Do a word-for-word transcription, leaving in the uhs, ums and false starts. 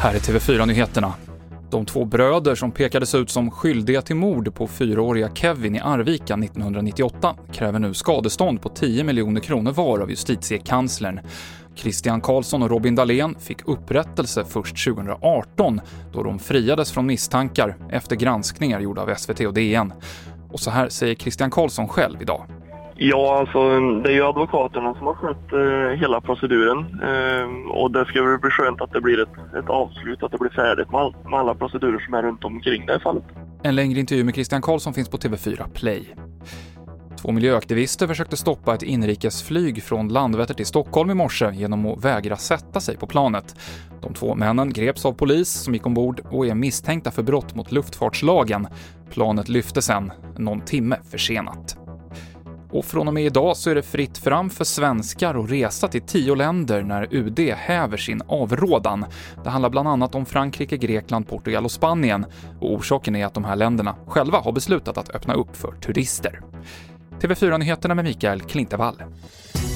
Här är T V fyra-nyheterna. De två bröder som pekades ut som skyldiga till mord på fyraåriga Kevin i Arvika nittonhundranittioåtta kräver nu skadestånd på tio miljoner kronor var av justitiekanslern. Christian Karlsson och Robin Dahlén fick upprättelse först tjugohundraarton då de friades från misstankar efter granskningar gjorda av S V T och D N. Och så här säger Christian Karlsson själv idag. Ja, alltså det är ju advokaterna som har skött eh, hela proceduren eh, och det ska väl bli skönt att det blir ett, ett avslut, att det blir färdigt med, all, med alla procedurer som är runt omkring det här fallet. En längre intervju med Christian Karlsson finns på T V fyra Play. Två miljöaktivister försökte stoppa ett inrikesflyg från Landvetter till Stockholm i morse genom att vägra sätta sig på planet. De två männen greps av polis som gick ombord och är misstänkta för brott mot luftfartslagen. Planet lyfte sen någon timme försenat. Och från och med idag så är det fritt fram för svenskar att resa till tio länder när U D häver sin avrådan. Det handlar bland annat om Frankrike, Grekland, Portugal och Spanien. Och orsaken är att de här länderna själva har beslutat att öppna upp för turister. T V fyra-nyheterna med Mikael Klintevall.